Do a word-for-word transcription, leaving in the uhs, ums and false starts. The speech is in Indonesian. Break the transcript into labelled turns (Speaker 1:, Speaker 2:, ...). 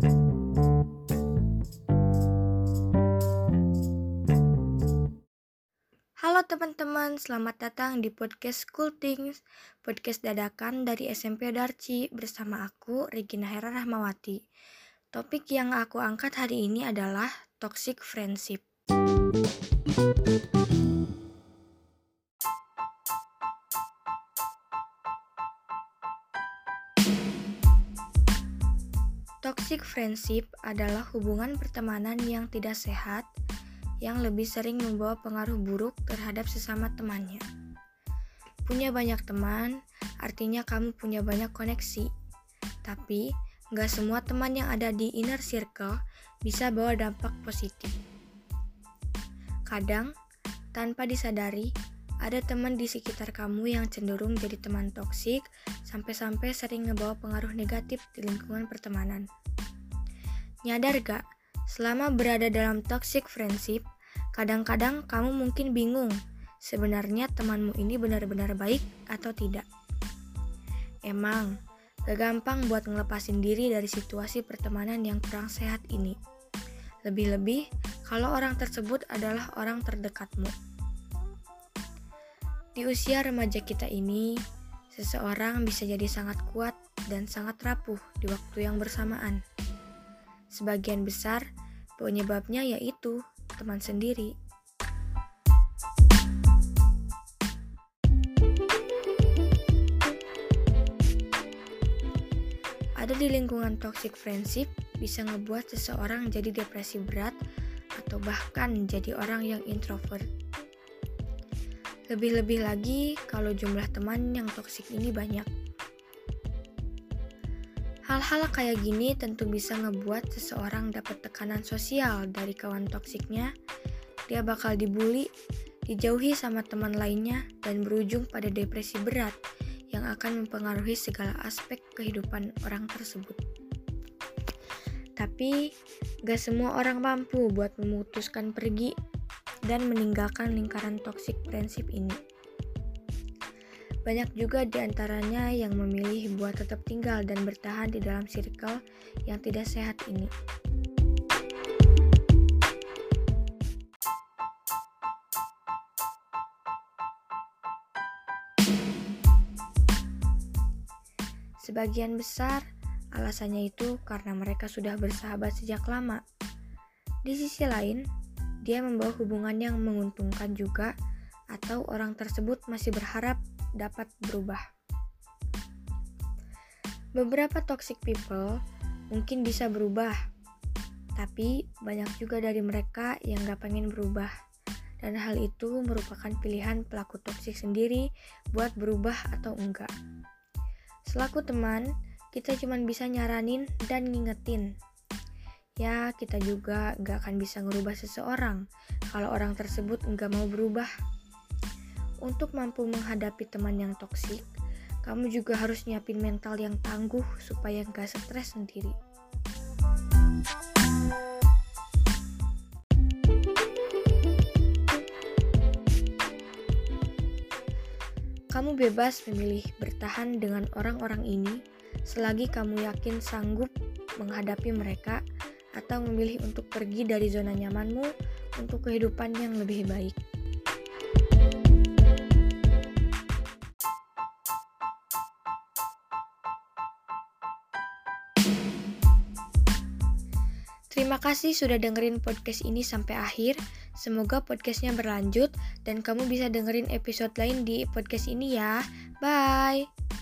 Speaker 1: Halo teman-teman, selamat datang di podcast School Things, podcast dadakan dari S M P Darci bersama aku, Regina Hera Rahmawati. Topik yang aku angkat hari ini adalah toxic friendship. Toxic friendship adalah hubungan pertemanan yang tidak sehat, yang lebih sering membawa pengaruh buruk terhadap sesama temannya. Punya banyak teman, artinya kamu punya banyak koneksi. Tapi, nggak semua teman yang ada di inner circle bisa bawa dampak positif. Kadang, tanpa disadari, ada teman di sekitar kamu yang cenderung jadi teman toksik, sampai-sampai sering ngebawa pengaruh negatif di lingkungan pertemanan. Nyadar gak? Selama berada dalam toxic friendship, kadang-kadang kamu mungkin bingung, sebenarnya temanmu ini benar-benar baik atau tidak. Emang, gak gampang buat ngelepasin diri dari situasi pertemanan yang kurang sehat ini. Lebih-lebih, kalau orang tersebut adalah orang terdekatmu. Di usia remaja kita ini, seseorang bisa jadi sangat kuat dan sangat rapuh di waktu yang bersamaan. Sebagian besar, penyebabnya yaitu teman sendiri. Ada di lingkungan toxic friendship bisa ngebuat seseorang jadi depresi berat atau bahkan jadi orang yang introvert. Lebih-lebih lagi kalau jumlah teman yang toksik ini banyak. Hal-hal kayak gini tentu bisa ngebuat seseorang dapat tekanan sosial dari kawan toksiknya. Dia bakal dibully, dijauhi sama teman lainnya, dan berujung pada depresi berat yang akan mempengaruhi segala aspek kehidupan orang tersebut. Tapi, gak semua orang mampu buat memutuskan pergi dan meninggalkan lingkaran toxic friendship ini. Banyak juga di antaranya yang memilih buat tetap tinggal dan bertahan di dalam circle yang tidak sehat ini. Sebagian besar alasannya itu karena mereka sudah bersahabat sejak lama. Di sisi lain, dia membawa hubungan yang menguntungkan juga, atau orang tersebut masih berharap dapat berubah. Beberapa toxic people mungkin bisa berubah, tapi banyak juga dari mereka yang gak pengen berubah. Dan hal itu merupakan pilihan pelaku toksik sendiri buat berubah atau enggak. Selaku teman, kita cuma bisa nyaranin dan ngingetin. Ya, kita juga gak akan bisa ngerubah seseorang kalau orang tersebut gak mau berubah. Untuk mampu menghadapi teman yang toksik, kamu juga harus nyiapin mental yang tangguh supaya gak stres sendiri. Kamu bebas memilih bertahan dengan orang-orang ini selagi kamu yakin sanggup menghadapi mereka, atau memilih untuk pergi dari zona nyamanmu untuk kehidupan yang lebih baik. Terima kasih sudah dengerin podcast ini sampai akhir. Semoga podcastnya berlanjut dan kamu bisa dengerin episode lain di podcast ini ya. Bye!